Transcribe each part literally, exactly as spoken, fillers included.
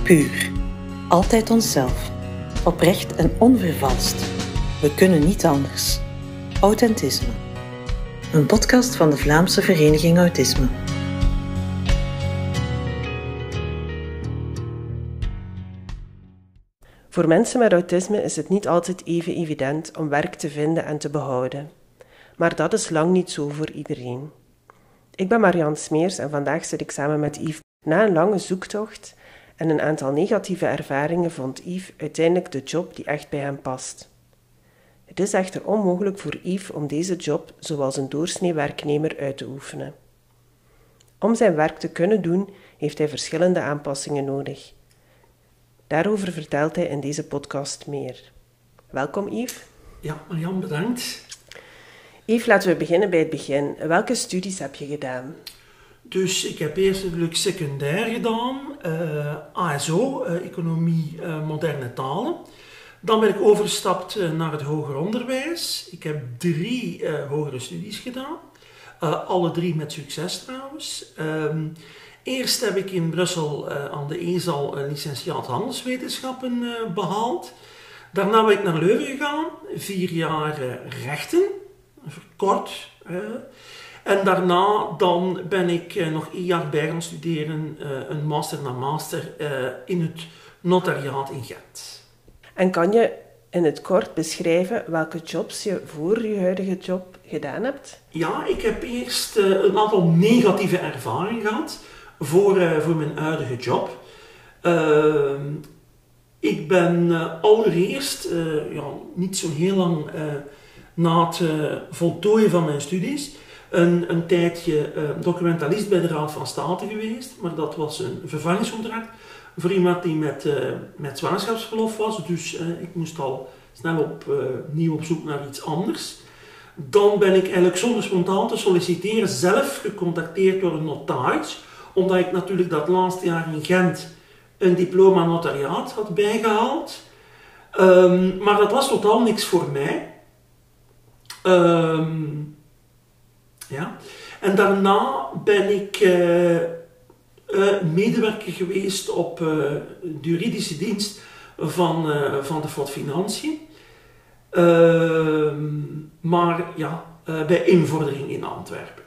Puur. Altijd onszelf. Oprecht en onvervalst. We kunnen niet anders. Authentisme. Een podcast van de Vlaamse Vereniging Autisme. Voor mensen met autisme is het niet altijd even evident om werk te vinden en te behouden. Maar dat is lang niet zo voor iedereen. Ik ben Marianne Smeers en vandaag zit ik samen met Yves. Na een lange zoektocht en een aantal negatieve ervaringen vond Yves uiteindelijk de job die echt bij hem past. Het is echter onmogelijk voor Yves om deze job zoals een doorsnee werknemer uit te oefenen. Om zijn werk te kunnen doen, heeft hij verschillende aanpassingen nodig. Daarover vertelt hij in deze podcast meer. Welkom Yves. Ja, Marianne, bedankt. Yves, laten we beginnen bij het begin. Welke studies heb je gedaan? Dus ik heb eerst natuurlijk secundair gedaan, uh, A S O, uh, Economie uh, Moderne Talen. Dan ben ik overgestapt uh, naar het hoger onderwijs. Ik heb drie uh, hogere studies gedaan, uh, alle drie met succes trouwens. Um, eerst heb ik in Brussel uh, aan de E S A L een licentiaat handelswetenschappen uh, behaald. Daarna ben ik naar Leuven gegaan, vier jaar uh, rechten, kort. Uh, En daarna dan ben ik uh, nog één jaar bij gaan studeren, uh, een master na master uh, in het notariaat in Gent. En kan je in het kort beschrijven welke jobs je voor je huidige job gedaan hebt? Ja, ik heb eerst uh, een aantal negatieve ervaringen gehad voor, uh, voor mijn huidige job. Uh, ik ben uh, allereerst, uh, ja, niet zo heel lang uh, na het uh, voltooien van mijn studies, Een, een tijdje uh, documentalist bij de Raad van State geweest, maar dat was een vervangingscontract voor iemand die met, uh, met zwangerschapsverlof was, dus uh, ik moest al snel opnieuw uh, op zoek naar iets anders. Dan ben ik eigenlijk zonder spontaan te solliciteren zelf gecontacteerd door een notaris, omdat ik natuurlijk dat laatste jaar in Gent een diploma notariaat had bijgehaald. Um, maar dat was totaal niks voor mij. Um, Ja. En daarna ben ik uh, uh, medewerker geweest op uh, de juridische dienst van, uh, van de F O D Financiën. Uh, maar ja, uh, bij invordering in Antwerpen.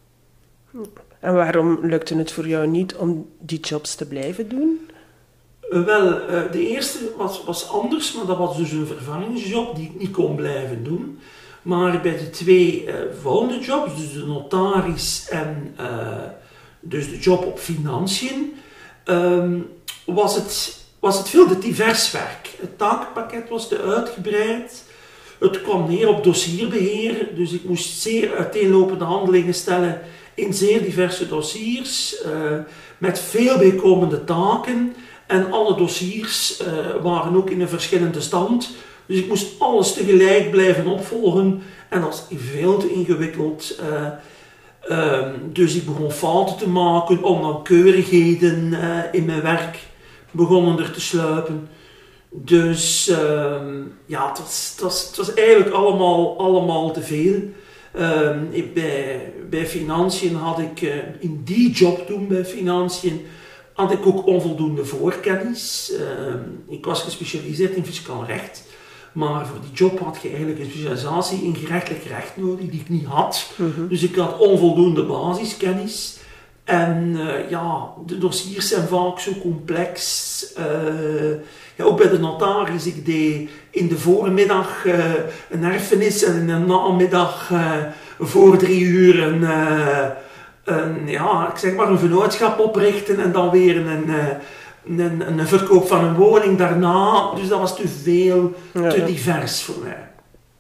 En waarom lukte het voor jou niet om die jobs te blijven doen? Uh, wel, uh, de eerste was, was anders, maar dat was dus een vervangingsjob die ik niet kon blijven doen. Maar bij de twee uh, volgende jobs, dus de notaris en uh, dus de job op financiën, um, was, het, was het veel te divers werk. Het taakpakket was te uitgebreid. Het kwam neer op dossierbeheer, dus ik moest zeer uiteenlopende handelingen stellen in zeer diverse dossiers, uh, met veel bijkomende taken. En alle dossiers uh, waren ook in een verschillende stand. Dus ik moest alles tegelijk blijven opvolgen en dat was veel te ingewikkeld. Uh, um, dus ik begon fouten te maken, onnauwkeurigheden uh, in mijn werk begonnen er te sluipen. Dus uh, ja, het was, het, was, het was eigenlijk allemaal, allemaal te veel. Uh, ik, bij, bij financiën had ik, uh, in die job toen bij financiën, had ik ook onvoldoende voorkennis. Uh, ik was gespecialiseerd in fiscaal recht. Maar voor die job had je eigenlijk een specialisatie in gerechtelijk recht nodig, die ik niet had. Mm-hmm. Dus ik had onvoldoende basiskennis. En uh, ja, de dossiers zijn vaak zo complex. Uh, ja, ook bij de notaris, ik deed in de voormiddag uh, een erfenis en in de namiddag uh, voor drie uur een, uh, een, ja, ik zeg maar een vennootschap oprichten en dan weer een... Uh, Een, een verkoop van een woning daarna, dus dat was te veel, ja, te divers voor mij.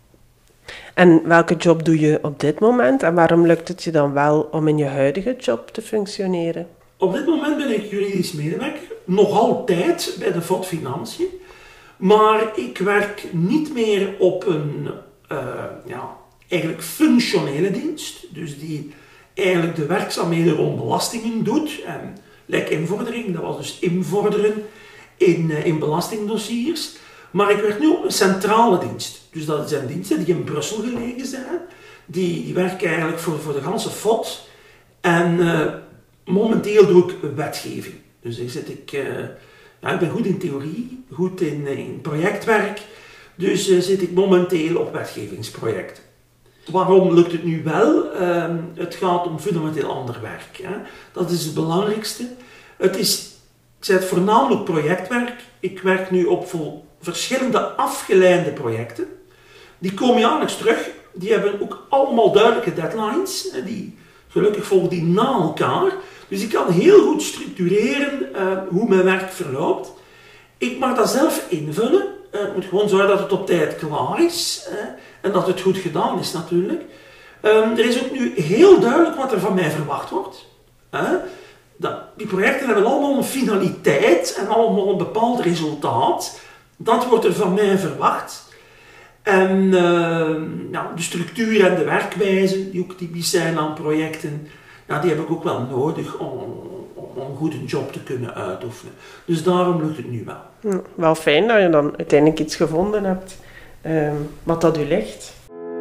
En welke job doe je op dit moment en waarom lukt het je dan wel om in je huidige job te functioneren? Op dit moment ben ik juridisch medewerker, nog altijd bij de F O D Financiën, maar ik werk niet meer op een uh, ja, eigenlijk functionele dienst, dus die eigenlijk de werkzaamheden rond belastingen doet. En Like invordering, dat was dus invorderen in, uh, in belastingdossiers. Maar ik werk nu op een centrale dienst. Dus dat zijn diensten die in Brussel gelegen zijn. Die, die werken eigenlijk voor, voor de ganse F O D. En uh, momenteel doe ik wetgeving. Dus daar zit ik uh, Ja, ik ben goed in theorie, goed in, in projectwerk, dus uh, zit ik momenteel op wetgevingsprojecten. Waarom lukt het nu wel? Uh, het gaat om fundamenteel ander werk. Hè. Dat is het belangrijkste. Het is, ik zei het, voornamelijk projectwerk. Ik werk nu op vol verschillende afgeleide projecten. Die komen jaarlijks terug. Die hebben ook allemaal duidelijke deadlines. Die, gelukkig volgen die na elkaar. Dus ik kan heel goed structureren uh, hoe mijn werk verloopt. Ik mag dat zelf invullen. Uh, ik moet gewoon zorgen dat het op tijd klaar is. Uh, en dat het goed gedaan is natuurlijk. Um, er is ook nu heel duidelijk wat er van mij verwacht wordt. Uh, dat, die projecten hebben allemaal een finaliteit en allemaal een bepaald resultaat. Dat wordt er van mij verwacht. En uh, ja, de structuur en de werkwijze, die ook typisch zijn aan projecten, ja, die heb ik ook wel nodig om, om, om goed een job te kunnen uitoefenen. Dus daarom lukt het nu wel. Hm, wel fijn dat je dan uiteindelijk iets gevonden hebt uh, wat dat u ligt.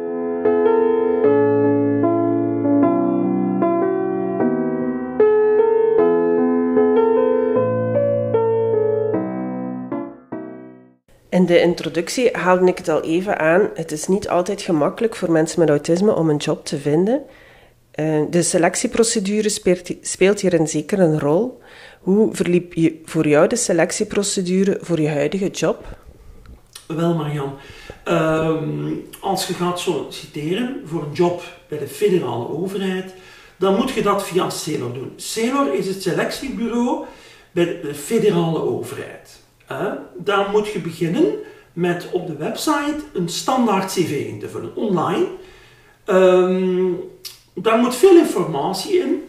In de introductie haalde ik het al even aan. Het is niet altijd gemakkelijk voor mensen met autisme om een job te vinden. De selectieprocedure speelt, speelt hierin zeker een rol. Hoe verliep je voor jou de selectieprocedure voor je huidige job? Wel, Marian. Um, als je gaat solliciteren voor een job bij de federale overheid, dan moet je dat via Celor doen. Celor is het selectiebureau bij de federale overheid. Uh, dan moet je beginnen met op de website een standaard cv in te vullen, online. Um, daar moet veel informatie in.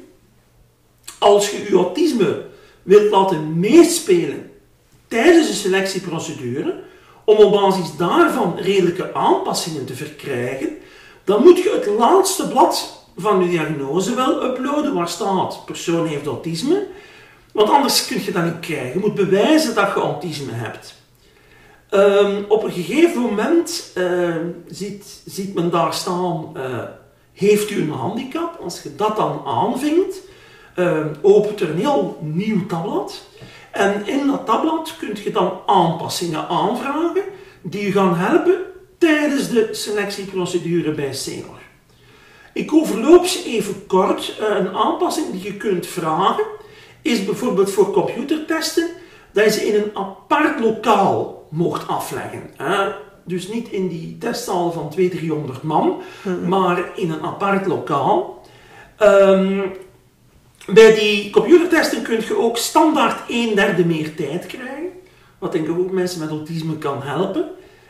Als je je autisme wilt laten meespelen tijdens de selectieprocedure, om op basis daarvan redelijke aanpassingen te verkrijgen, dan moet je het laatste blad van je diagnose wel uploaden, waar staat persoon heeft autisme. Want anders kun je dat niet krijgen. Je moet bewijzen dat je autisme hebt. Um, op een gegeven moment uh, ziet, ziet men daar staan, uh, heeft u een handicap? Als je dat dan aanvinkt, uh, opent er een heel nieuw tabblad. En in dat tabblad kun je dan aanpassingen aanvragen die je gaan helpen tijdens de selectieprocedure bij Celor. Ik overloop ze even kort. Uh, een aanpassing die je kunt vragen is bijvoorbeeld voor computertesten dat je ze in een apart lokaal mocht afleggen. Hè? Dus niet in die testzaal van tweehonderd, driehonderd man, mm-hmm. maar in een apart lokaal. Um, bij die computertesten kun je ook standaard een derde meer tijd krijgen, wat denk ik ook mensen met autisme kan helpen.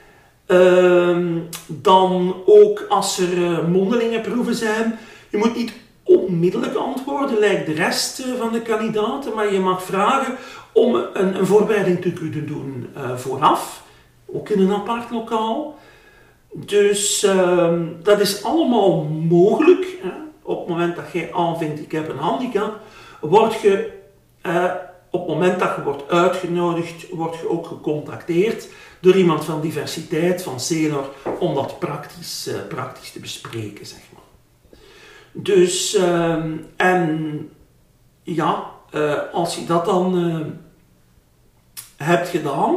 Um, dan ook als er uh, mondelinge proeven zijn, je moet niet onmiddellijk antwoorden, lijkt de rest van de kandidaten, maar je mag vragen om een, een voorbereiding te kunnen doen uh, vooraf, ook in een apart lokaal. Dus uh, dat is allemaal mogelijk. Hè. Op het moment dat jij aanvinkt, ik heb een handicap, word je, uh, op het moment dat je wordt uitgenodigd, word je ook gecontacteerd door iemand van diversiteit, van Celor, om dat praktisch, uh, praktisch te bespreken, zeg maar. Dus, uh, en ja, uh, als je dat dan uh, hebt gedaan,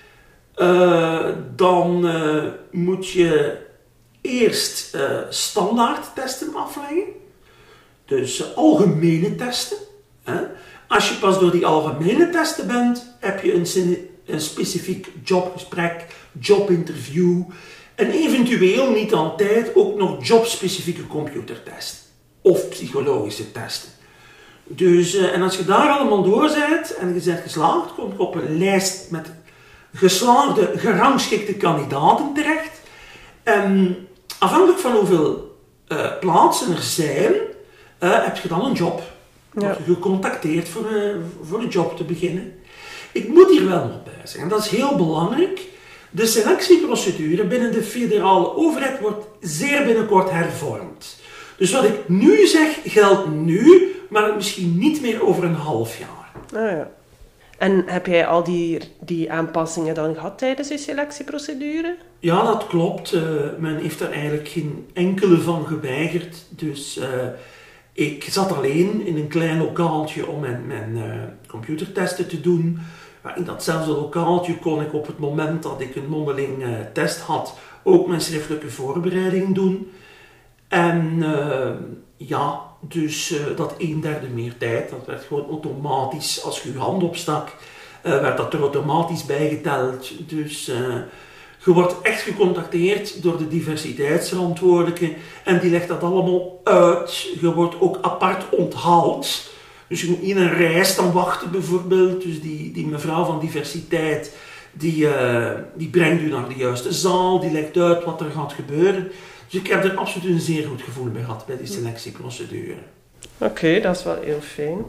uh, dan uh, moet je eerst uh, standaard testen afleggen. Dus uh, algemene testen. Hè. Als je pas door die algemene testen bent, heb je een, een specifiek jobgesprek, jobinterview en eventueel, niet altijd, ook nog jobspecifieke computertesten. Of psychologische testen. Dus, uh, en als je daar allemaal door bent en je bent geslaagd, kom je op een lijst met geslaagde, gerangschikte kandidaten terecht. En afhankelijk van hoeveel uh, plaatsen er zijn, uh, heb je dan een job. Ja. Word je gecontacteerd voor, uh, voor een job te beginnen. Ik moet hier wel nog bij zeggen, en dat is heel belangrijk. De selectieprocedure binnen de federale overheid wordt zeer binnenkort hervormd. Dus wat ik nu zeg, geldt nu, maar misschien niet meer over een half jaar. Ah, ja. En heb jij al die, die aanpassingen dan gehad tijdens je selectieprocedure? Ja, dat klopt. Uh, men heeft er eigenlijk geen enkele van geweigerd. Dus uh, ik zat alleen in een klein lokaaltje om mijn, mijn uh, computertesten te doen. Maar in datzelfde lokaaltje kon ik op het moment dat ik een mondeling uh, test had, ook mijn schriftelijke voorbereiding doen. En uh, ja, dus uh, dat een derde meer tijd, dat werd gewoon automatisch, als je je hand opstak, uh, werd dat er automatisch bijgeteld. Dus uh, je wordt echt gecontacteerd door de diversiteitsverantwoordelijke en die legt dat allemaal uit. Je wordt ook apart onthaald. Dus je moet niet in een rij staan wachten bijvoorbeeld. Dus die, die mevrouw van diversiteit, die, uh, die brengt u naar de juiste zaal, die legt uit wat er gaat gebeuren. Dus ik heb er absoluut een zeer goed gevoel bij gehad bij die selectieprocedure. Oké, okay, dat is wel heel fijn.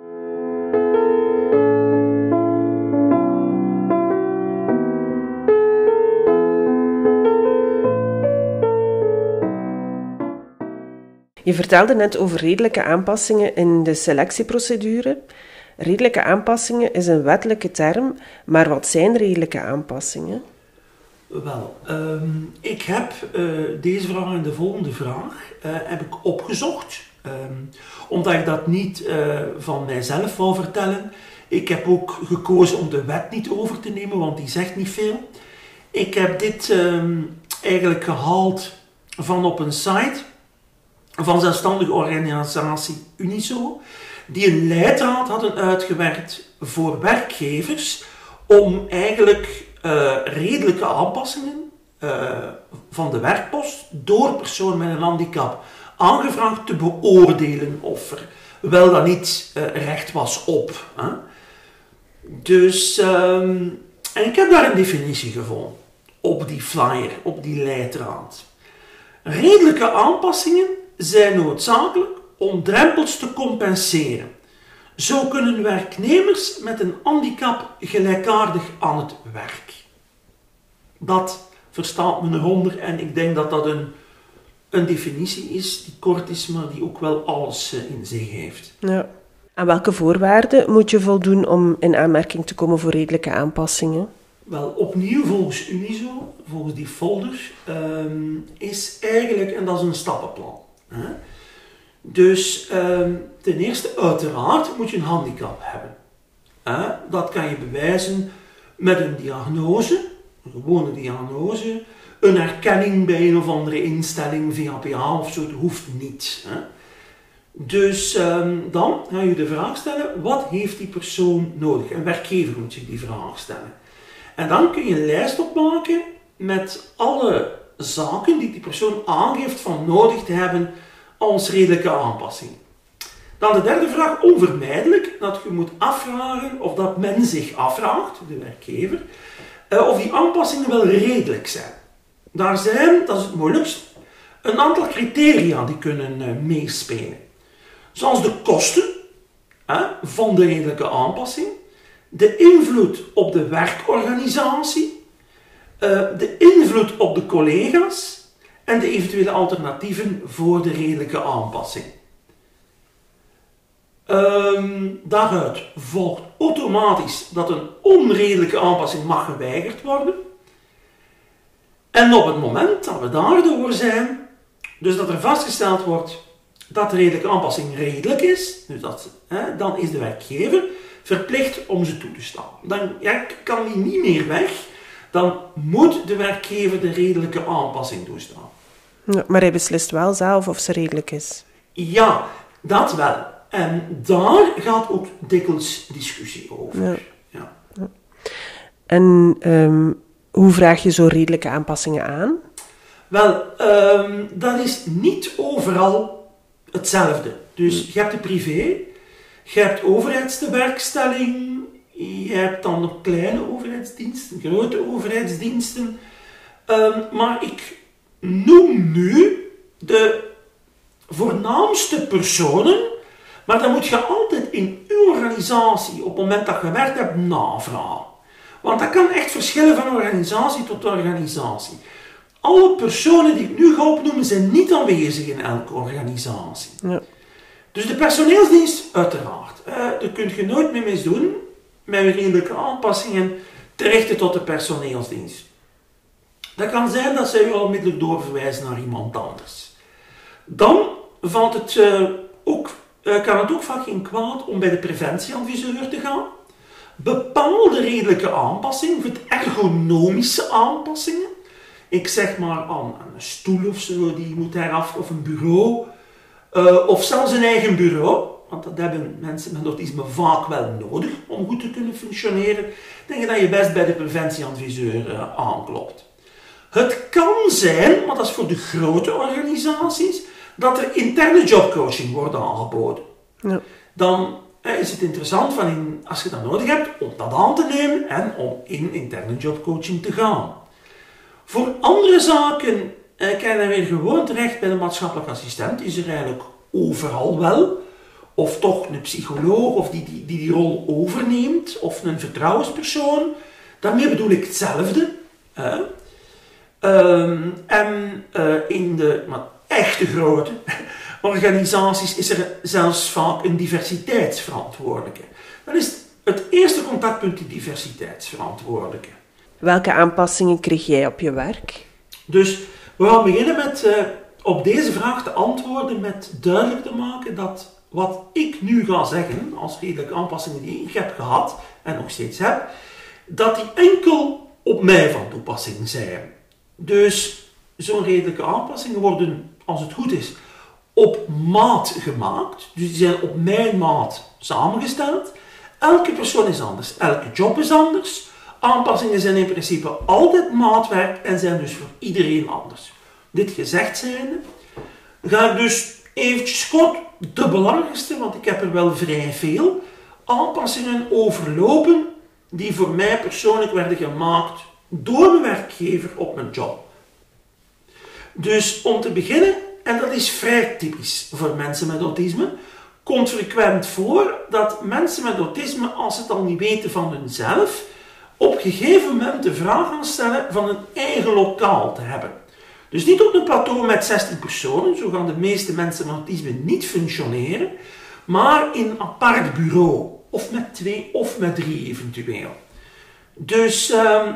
Je vertelde net over redelijke aanpassingen in de selectieprocedure. Redelijke aanpassingen is een wettelijke term, maar wat zijn redelijke aanpassingen? Wel, um, ik heb uh, deze vraag en de volgende vraag uh, heb ik opgezocht. Um, omdat ik dat niet uh, van mijzelf wou vertellen. Ik heb ook gekozen om de wet niet over te nemen, want die zegt niet veel. Ik heb dit um, eigenlijk gehaald van op een site van zelfstandige organisatie Unizo, die een leidraad hadden uitgewerkt voor werkgevers om eigenlijk uh, redelijke aanpassingen uh, van de werkpost door personen met een handicap aangevraagd te beoordelen of er wel dan niet uh, recht was op. Hè? Dus, um, en ik heb daar een definitie gevonden op die flyer, op die leidraad. Redelijke aanpassingen zijn noodzakelijk om drempels te compenseren. Zo kunnen werknemers met een handicap gelijkaardig aan het werk. Dat verstaat men eronder en ik denk dat dat een, een definitie is die kort is, maar die ook wel alles in zich heeft. Ja. Aan welke voorwaarden moet je voldoen om in aanmerking te komen voor redelijke aanpassingen? Wel, opnieuw volgens Unizo, volgens die folder, um, is eigenlijk, en dat is een stappenplan. Hè? Dus um, ten eerste, uiteraard moet je een handicap hebben. Hè? Dat kan je bewijzen met een diagnose, een gewone diagnose, een erkenning bij een of andere instelling, V H P A of zo, dat hoeft niet. Hè? Dus um, dan ga je de vraag stellen, wat heeft die persoon nodig? Een werkgever moet zich die vraag stellen. En dan kun je een lijst opmaken met alle zaken die die persoon aangeeft van nodig te hebben als redelijke aanpassing. Dan de derde vraag, onvermijdelijk, dat je moet afvragen of dat men zich afvraagt, de werkgever, uh, of die aanpassingen wel redelijk zijn. Daar zijn, dat is het moeilijkst, een aantal criteria die kunnen uh, meespelen. Zoals de kosten uh, van de redelijke aanpassing, de invloed op de werkorganisatie, uh, de invloed op de collega's en de eventuele alternatieven voor de redelijke aanpassing. Um, daaruit volgt automatisch dat een onredelijke aanpassing mag geweigerd worden. En op het moment dat we daardoor zijn, dus dat er vastgesteld wordt dat de redelijke aanpassing redelijk is, dus dat, hè, dan is de werkgever verplicht om ze toe te staan. Dan ja, kan die niet meer weg, dan moet de werkgever de redelijke aanpassing toestaan. Ja, maar hij beslist wel zelf of ze redelijk is. Ja, dat wel. En daar gaat ook dikwijls discussie over. Ja. Ja. Ja. En um, hoe vraag je zo redelijke aanpassingen aan? Wel, um, dat is niet overal hetzelfde. Dus hmm. je hebt de privé, je hebt overheidstewerkstelling, je hebt dan nog kleine overheidsdiensten, grote overheidsdiensten. Um, maar ik noem nu de voornaamste personen, maar dan moet je altijd in uw organisatie, op het moment dat je gewerkt hebt, navragen. Want dat kan echt verschillen van organisatie tot organisatie. Alle personen die ik nu ga opnoemen zijn niet aanwezig in elke organisatie. Ja. Dus de personeelsdienst, uiteraard. Uh, dat kun je nooit meer misdoen met redelijke aanpassingen te richten tot de personeelsdienst. Dat kan zijn dat zij u al onmiddellijk doorverwijzen naar iemand anders. Dan valt het, uh, ook, uh, kan het ook vaak geen kwaad om bij de preventieadviseur te gaan. bepaalde redelijke aanpassingen, of het ergonomische aanpassingen. Ik zeg maar aan, aan een stoel of zo, die moet eraf, of een bureau, uh, of zelfs een eigen bureau. Want dat hebben mensen met autisme vaak wel nodig om goed te kunnen functioneren. Denk je dat je best bij de preventieadviseur uh, aanklopt. Het kan zijn, maar dat is voor de grote organisaties, dat er interne jobcoaching wordt aangeboden. Ja. Dan uh, is het interessant van in, als je dat nodig hebt om dat aan te nemen en om in interne jobcoaching te gaan. Voor andere zaken uh, kan je dan weer gewoon terecht bij de maatschappelijk assistent. Die is er eigenlijk overal wel. Of toch een psycholoog of die die, die die rol overneemt. Of een vertrouwenspersoon. Daarmee bedoel ik hetzelfde. Hè? Um, en uh, in de maar echte grote organisaties is er zelfs vaak een diversiteitsverantwoordelijke. Dat is het eerste contactpunt, die diversiteitsverantwoordelijke. Welke aanpassingen kreeg jij op je werk? Dus we gaan beginnen met uh, op deze vraag te antwoorden met duidelijk te maken dat wat ik nu ga zeggen, als redelijke aanpassingen die ik heb gehad en nog steeds heb, dat die enkel op mij van toepassing zijn. Dus zo'n redelijke aanpassingen worden, als het goed is, op maat gemaakt. Dus die zijn op mijn maat samengesteld. Elke persoon is anders, elke job is anders. Aanpassingen zijn in principe altijd maatwerk en zijn dus voor iedereen anders. Dit gezegd zijnde, ga ik dus eventjes kort de belangrijkste, want ik heb er wel vrij veel, aanpassingen overlopen die voor mij persoonlijk werden gemaakt door mijn werkgever op mijn job. Dus om te beginnen, en dat is vrij typisch voor mensen met autisme, komt frequent voor dat mensen met autisme, als ze het al niet weten van hunzelf, op een gegeven moment de vraag gaan stellen van een eigen lokaal te hebben. Dus niet op een plateau met zestien personen, zo gaan de meeste mensen met autisme niet functioneren, maar in een apart bureau, of met twee of met drie eventueel. Dus um,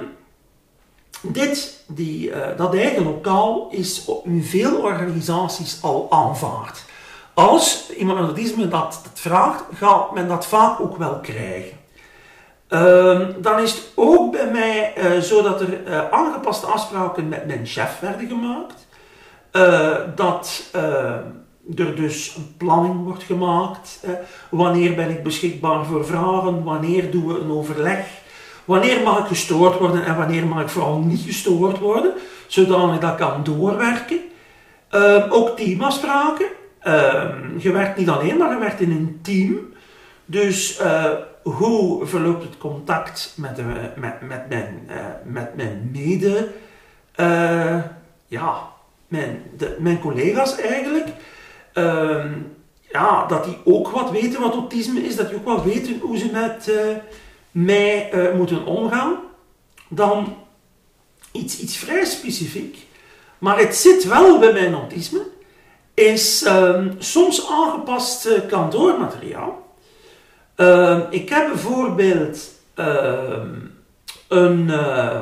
dit, die, uh, dat eigen lokaal is in veel organisaties al aanvaard. Als iemand met autisme dat, dat vraagt, gaat men dat vaak ook wel krijgen. Uh, dan is het ook bij mij uh, zo dat er uh, aangepaste afspraken met mijn chef werden gemaakt. Uh, dat uh, er dus een planning wordt gemaakt. Uh, wanneer ben ik beschikbaar voor vragen? Wanneer doen we een overleg? Wanneer mag ik gestoord worden en wanneer mag ik vooral niet gestoord worden? Zodat ik dat kan doorwerken. Uh, ook teamafspraken. Uh, je werkt niet alleen, maar je werkt in een team. Dus uh, hoe verloopt het contact met, de, met, met, mijn, uh, met mijn mede, uh, ja, mijn, de, mijn collega's eigenlijk. Uh, ja, dat die ook wat weten wat autisme is, dat die ook wat weten hoe ze met uh, mij uh, moeten omgaan. Dan iets, iets vrij specifiek, maar het zit wel bij mijn autisme, is uh, soms aangepast uh, kantoormateriaal. Uh, ik heb bijvoorbeeld uh, een uh,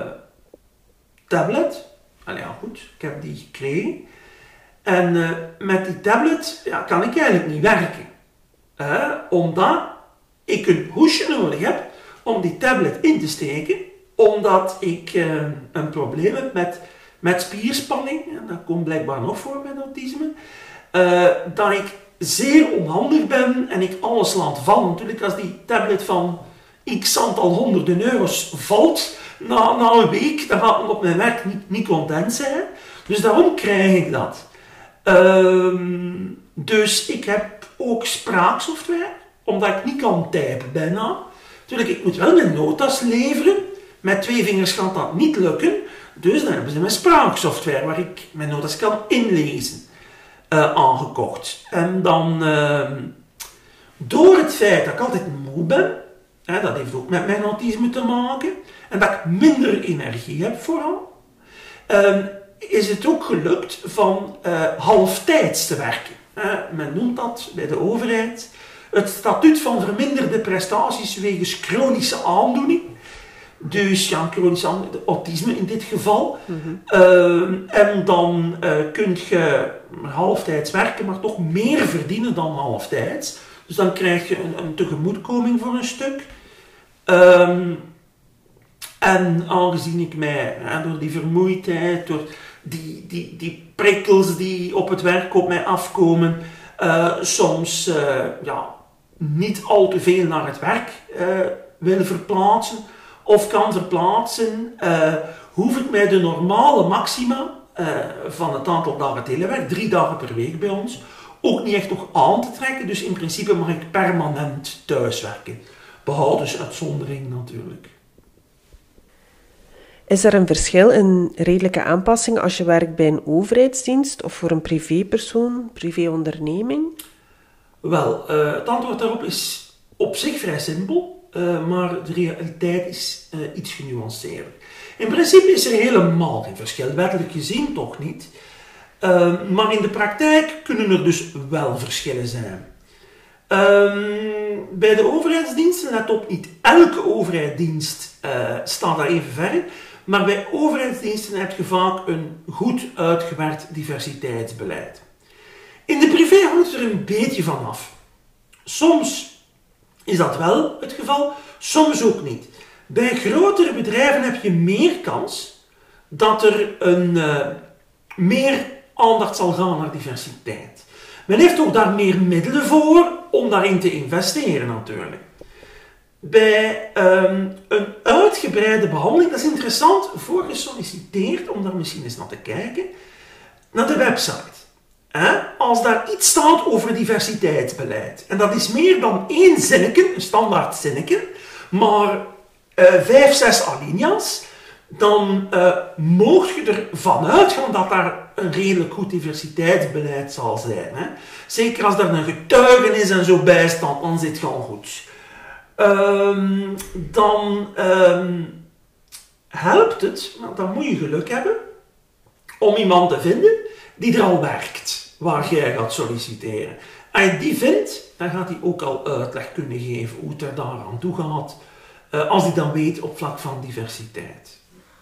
tablet. Allee, ja, goed, ik heb die gekregen. En uh, met die tablet ja, kan ik eigenlijk niet werken. Uh, omdat ik een hoesje nodig heb om die tablet in te steken. Omdat ik uh, een probleem heb met, met spierspanning. En dat komt blijkbaar nog voor met autisme. Uh, dat ik zeer onhandig ben en ik alles laat vallen. Natuurlijk, als die tablet van x aantal honderden euro's valt na, na een week, dan gaat men op mijn werk niet, niet content zijn. Dus daarom krijg ik dat. Um, dus ik heb ook spraaksoftware, omdat ik niet kan typen bijna. Natuurlijk, ik moet wel mijn notas leveren. Met twee vingers gaat dat niet lukken. Dus dan hebben ze mijn spraaksoftware waar ik mijn notas kan inlezen. Uh, aangekocht. En dan, uh, door het feit dat ik altijd moe ben, hè, dat heeft ook met mijn autisme te maken, en dat ik minder energie heb vooral, uh, is het ook gelukt van uh, halftijds te werken. Uh, men noemt dat bij de overheid het statuut van verminderde prestaties wegens chronische aandoening. Dus ja, chronisch autisme in dit geval. Mm-hmm. Uh, en dan uh, kun je halftijds werken, maar toch meer verdienen dan halftijds. Dus dan krijg je een, een tegemoetkoming voor een stuk. Um, en aangezien ik mij, hè, door die vermoeidheid, door die, die, die prikkels die op het werk op mij afkomen, uh, soms uh, ja, niet al te veel naar het werk uh, wil verplaatsen of kan verplaatsen, uh, hoef ik mij de normale maxima uh, van het aantal dagen telewerk, drie dagen per week bij ons, ook niet echt nog aan te trekken. Dus in principe mag ik permanent thuiswerken. Behoudens uitzondering natuurlijk. Is er een verschil in redelijke aanpassing als je werkt bij een overheidsdienst of voor een privépersoon, privéonderneming? Wel, uh, het antwoord daarop is op zich vrij simpel, uh, maar de realiteit is uh, iets genuanceerder. In principe is er helemaal geen verschil, wettelijk gezien toch niet. Uh, maar in de praktijk kunnen er dus wel verschillen zijn. Um, bij de overheidsdiensten, let op, niet elke overheidsdienst uh, staat daar even ver in, maar bij overheidsdiensten heb je vaak een goed uitgewerkt diversiteitsbeleid. In de privé hangt er een beetje van af. Soms is dat wel het geval, soms ook niet. Bij grotere bedrijven heb je meer kans dat er een, uh, meer aandacht zal gaan naar diversiteit. Men heeft ook daar meer middelen voor om daarin te investeren natuurlijk. Bij um, een uitgebreide behandeling, dat is interessant, voor gesolliciteerd, om daar misschien eens naar te kijken, naar de website. He? Als daar iets staat over diversiteitsbeleid, en dat is meer dan één zinnetje, een standaard zinnetje, maar uh, vijf, zes alinea's, dan uh, moog je ervan uitgaan dat daar een redelijk goed diversiteitsbeleid zal zijn. Hè? Zeker als er een getuigenis en zo bij staat, dan zit het gewoon goed. Um, dan um, helpt het, maar dan moet je geluk hebben, om iemand te vinden die er al werkt, waar jij gaat solliciteren. Als je die vindt, dan gaat hij ook al uitleg kunnen geven hoe het er daar aan toe gaat, uh, als hij dan weet op vlak van diversiteit.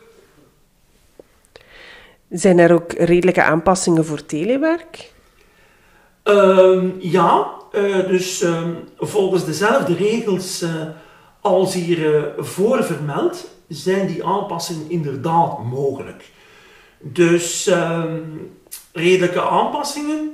Zijn er ook redelijke aanpassingen voor telewerk? Um, ja, uh, dus um, volgens dezelfde regels uh, als hier uh, voor vermeld, zijn die aanpassingen inderdaad mogelijk. Dus um, redelijke aanpassingen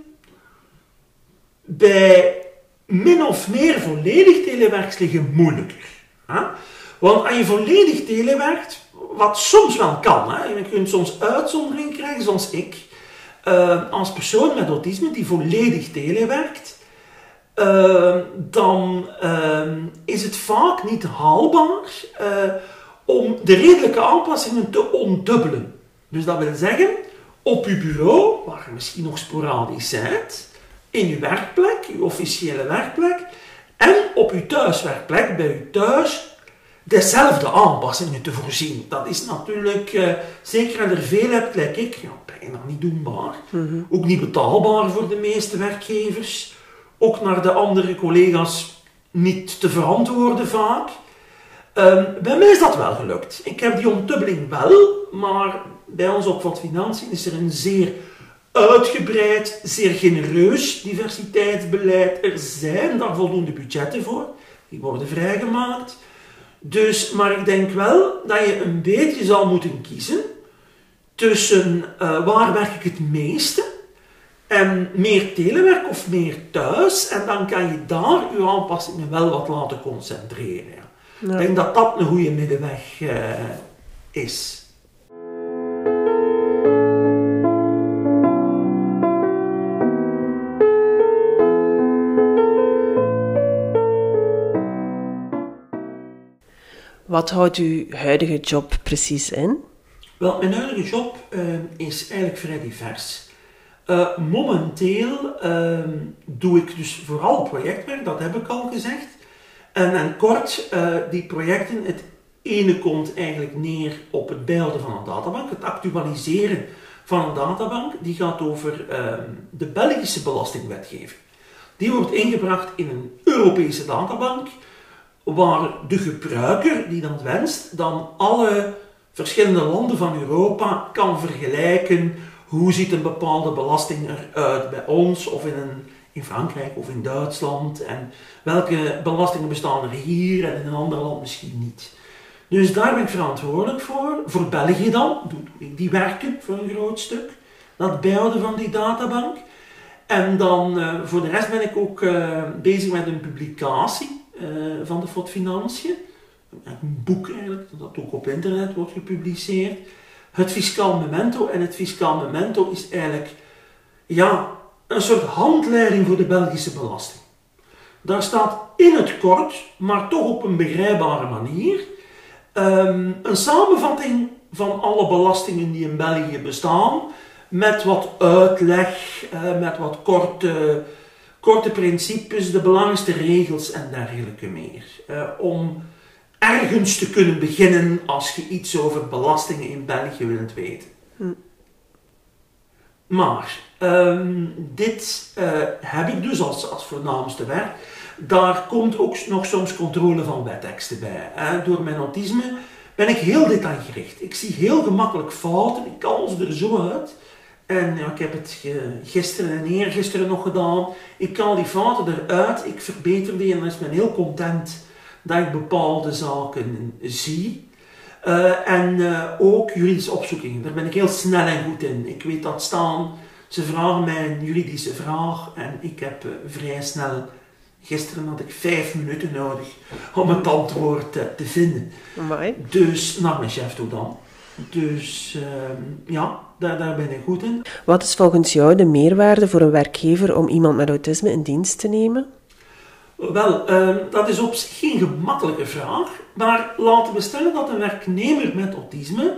bij min of meer volledig telewerks liggen moeilijker. Hè? Want als je volledig telewerkt, wat soms wel kan, hè? Je kunt soms uitzondering krijgen, zoals ik, uh, als persoon met autisme die volledig telewerkt, uh, dan uh, is het vaak niet haalbaar uh, om de redelijke aanpassingen te ontdubbelen. Dus dat wil zeggen, op uw bureau, waar je misschien nog sporadisch bent, in uw werkplek, uw officiële werkplek, en op uw thuiswerkplek, bij u thuis, dezelfde aanpassingen te voorzien. Dat is natuurlijk, uh, zeker als er veel hebt, lijkt ik, ja, bijna niet doenbaar. Mm-hmm. Ook niet betaalbaar voor de meeste werkgevers. Ook naar de andere collega's niet te verantwoorden vaak. Um, bij mij is dat wel gelukt. Ik heb die ontdubbeling wel, maar bij ons op Wat Financiën is er een zeer uitgebreid, zeer genereus diversiteitsbeleid. Er zijn daar voldoende budgetten voor. Die worden vrijgemaakt. Dus, maar ik denk wel dat je een beetje zal moeten kiezen tussen uh, waar werk ik het meeste en meer telewerk of meer thuis. En dan kan je daar je aanpassingen wel wat laten concentreren. Ja. Ja. Ik denk dat dat een goede middenweg uh, is. Wat houdt uw huidige job precies in? Wel, mijn huidige job uh, is eigenlijk vrij divers. Uh, momenteel uh, doe ik dus vooral projectwerk, dat heb ik al gezegd. En, en kort, uh, die projecten, het ene komt eigenlijk neer op het bijhouden van een databank, het actualiseren van een databank. Die gaat over uh, de Belgische belastingwetgeving. Die wordt ingebracht in een Europese databank, waar de gebruiker die dat wenst, dan alle verschillende landen van Europa kan vergelijken hoe ziet een bepaalde belasting eruit bij ons of in een, in Frankrijk of in Duitsland en welke belastingen bestaan er hier en in een ander land misschien niet. Dus daar ben ik verantwoordelijk voor. Voor België dan, doe ik die werken voor een groot stuk. Dat bijhouden van die databank. En dan uh, voor de rest ben ik ook uh, bezig met een publicatie uh, van de F O D Financiën. Een boek eigenlijk, dat ook op internet wordt gepubliceerd. Het Fiscaal Memento. En het Fiscaal Memento is eigenlijk ja, een soort handleiding voor de Belgische belasting. Daar staat in het kort, maar toch op een begrijpbare manier, um, een samenvatting van alle belastingen die in België bestaan, met wat uitleg, uh, met wat korte, korte principes, de belangrijkste regels en dergelijke meer. Uh, om ergens te kunnen beginnen als je iets over belastingen in België wilt weten. Hm. Maar um, dit uh, heb ik dus als, als voornaamste werk. Daar komt ook nog soms controle van wetteksten bij. Hè. Door mijn autisme ben ik heel detailgericht. Ik zie heel gemakkelijk fouten, ik kan ze er zo uit. En ja, ik heb het gisteren en eergisteren nog gedaan. Ik kan die fouten eruit, ik verbeter die en dan is men heel content dat ik bepaalde zaken zie. Uh, en uh, ook juridische opzoekingen, daar ben ik heel snel en goed in. Ik weet dat staan, ze vragen mij een juridische vraag en ik heb uh, vrij snel, gisteren had ik vijf minuten nodig om het antwoord uh, te vinden. Amai. Dus, naar mijn chef toe dan. Dus uh, ja, daar, daar ben ik goed in. Wat is volgens jou de meerwaarde voor een werkgever om iemand met autisme in dienst te nemen? Wel, uh, dat is op zich geen gemakkelijke vraag, maar laten we stellen dat een werknemer met autisme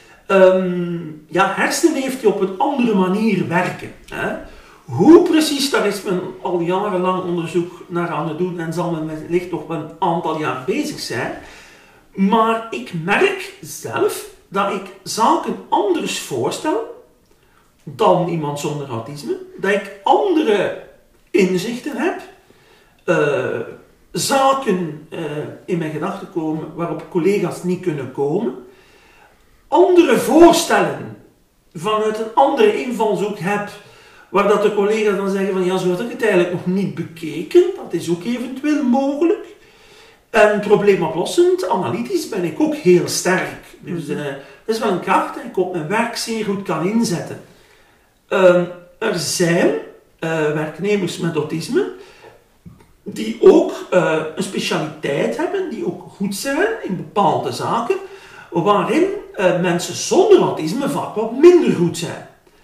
um, ja, hersenen heeft die op een andere manier werken. Hè? Hoe precies, daar is men al jarenlang onderzoek naar aan het doen en zal men wellicht nog wel een aantal jaar bezig zijn. Maar ik merk zelf dat ik zaken anders voorstel dan iemand zonder autisme, dat ik andere inzichten heb. Uh, zaken uh, in mijn gedachten komen waarop collega's niet kunnen komen. Andere voorstellen vanuit een andere invalshoek heb, waar dat de collega's dan zeggen van ja, zo had ik het eigenlijk nog niet bekeken. Dat is ook eventueel mogelijk. En probleemoplossend, analytisch ben ik ook heel sterk. Dus uh, dat is wel een kracht die ik op mijn werk zeer goed kan inzetten. Uh, er zijn uh, werknemers met autisme die ook uh, een specialiteit hebben, die ook goed zijn in bepaalde zaken, waarin uh, mensen zonder autisme vaak wat minder goed zijn.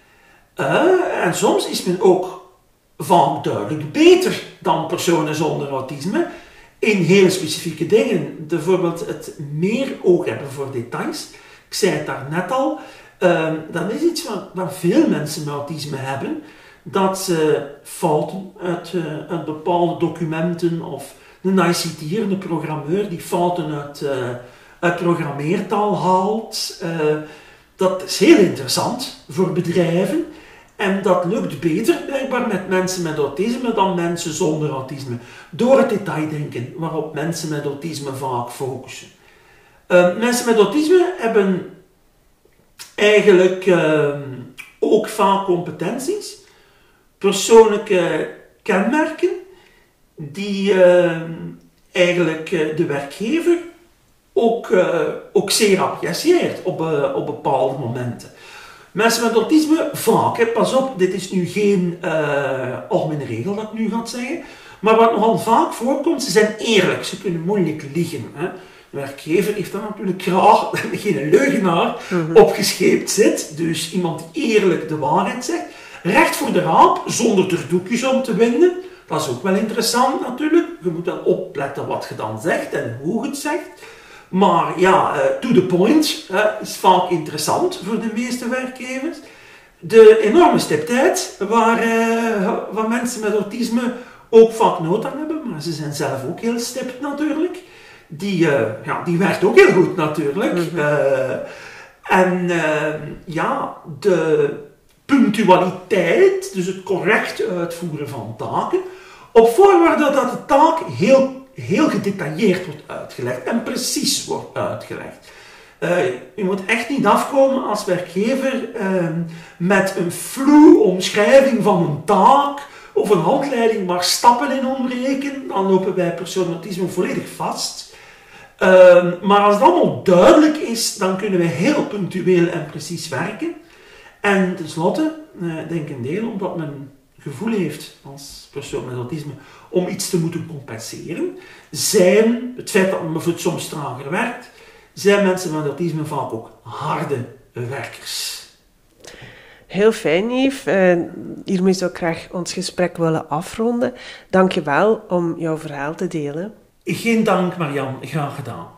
Uh, en soms is men ook vaak duidelijk beter dan personen zonder autisme in hele specifieke dingen. Bijvoorbeeld het meer oog hebben voor details. Ik zei het daar net al, uh, dat is iets wat, wat veel mensen met autisme hebben. Dat ze fouten uit, uh, uit bepaalde documenten of een I C T'er, een programmeur die fouten uit, uh, uit programmeertaal haalt. Uh, dat is heel interessant voor bedrijven en dat lukt beter blijkbaar met mensen met autisme dan mensen zonder autisme. Door het detaildenken waarop mensen met autisme vaak focussen. Uh, mensen met autisme hebben eigenlijk uh, ook vaak competenties, persoonlijke kenmerken die uh, eigenlijk uh, de werkgever ook, uh, ook zeer apprecieert op, uh, op bepaalde momenten. Mensen met autisme vaak, hè, pas op, dit is nu geen uh, algemene regel dat ik nu ga zeggen, maar wat nogal vaak voorkomt, ze zijn eerlijk, ze kunnen moeilijk liegen. Hè. De werkgever heeft dan natuurlijk graag dat er geen leugenaar mm-hmm. opgescheept zit, dus iemand die eerlijk de waarheid zegt. Recht voor de raap, zonder er doekjes om te winden. Dat is ook wel interessant natuurlijk. Je moet dan opletten wat je dan zegt en hoe je het zegt. Maar ja, uh, to the point uh, is vaak interessant voor de meeste werkgevers. De enorme stiptheid, waar, uh, waar mensen met autisme ook vaak nood aan hebben, maar ze zijn zelf ook heel stipt natuurlijk. Die, uh, ja, die werkt ook heel goed natuurlijk. Mm-hmm. Uh, en uh, ja, de punctualiteit, dus het correct uitvoeren van taken, op voorwaarde dat de taak heel, heel gedetailleerd wordt uitgelegd en precies wordt uitgelegd. Uh, u moet echt niet afkomen als werkgever uh, met een floe omschrijving van een taak, of een handleiding waar stappen in ontbreken, dan lopen wij personen met autisme volledig vast. Uh, maar als het allemaal duidelijk is, dan kunnen wij heel punctueel en precies werken. En tenslotte, uh, denk een deel omdat men gevoel heeft als persoon met autisme om iets te moeten compenseren, zijn het feit dat men soms trager werkt, zijn mensen met autisme vaak ook harde werkers. Heel fijn, Yves. Uh, hiermee zou ik graag ons gesprek willen afronden. Dank je wel om jouw verhaal te delen. Geen dank, Marianne. Graag gedaan.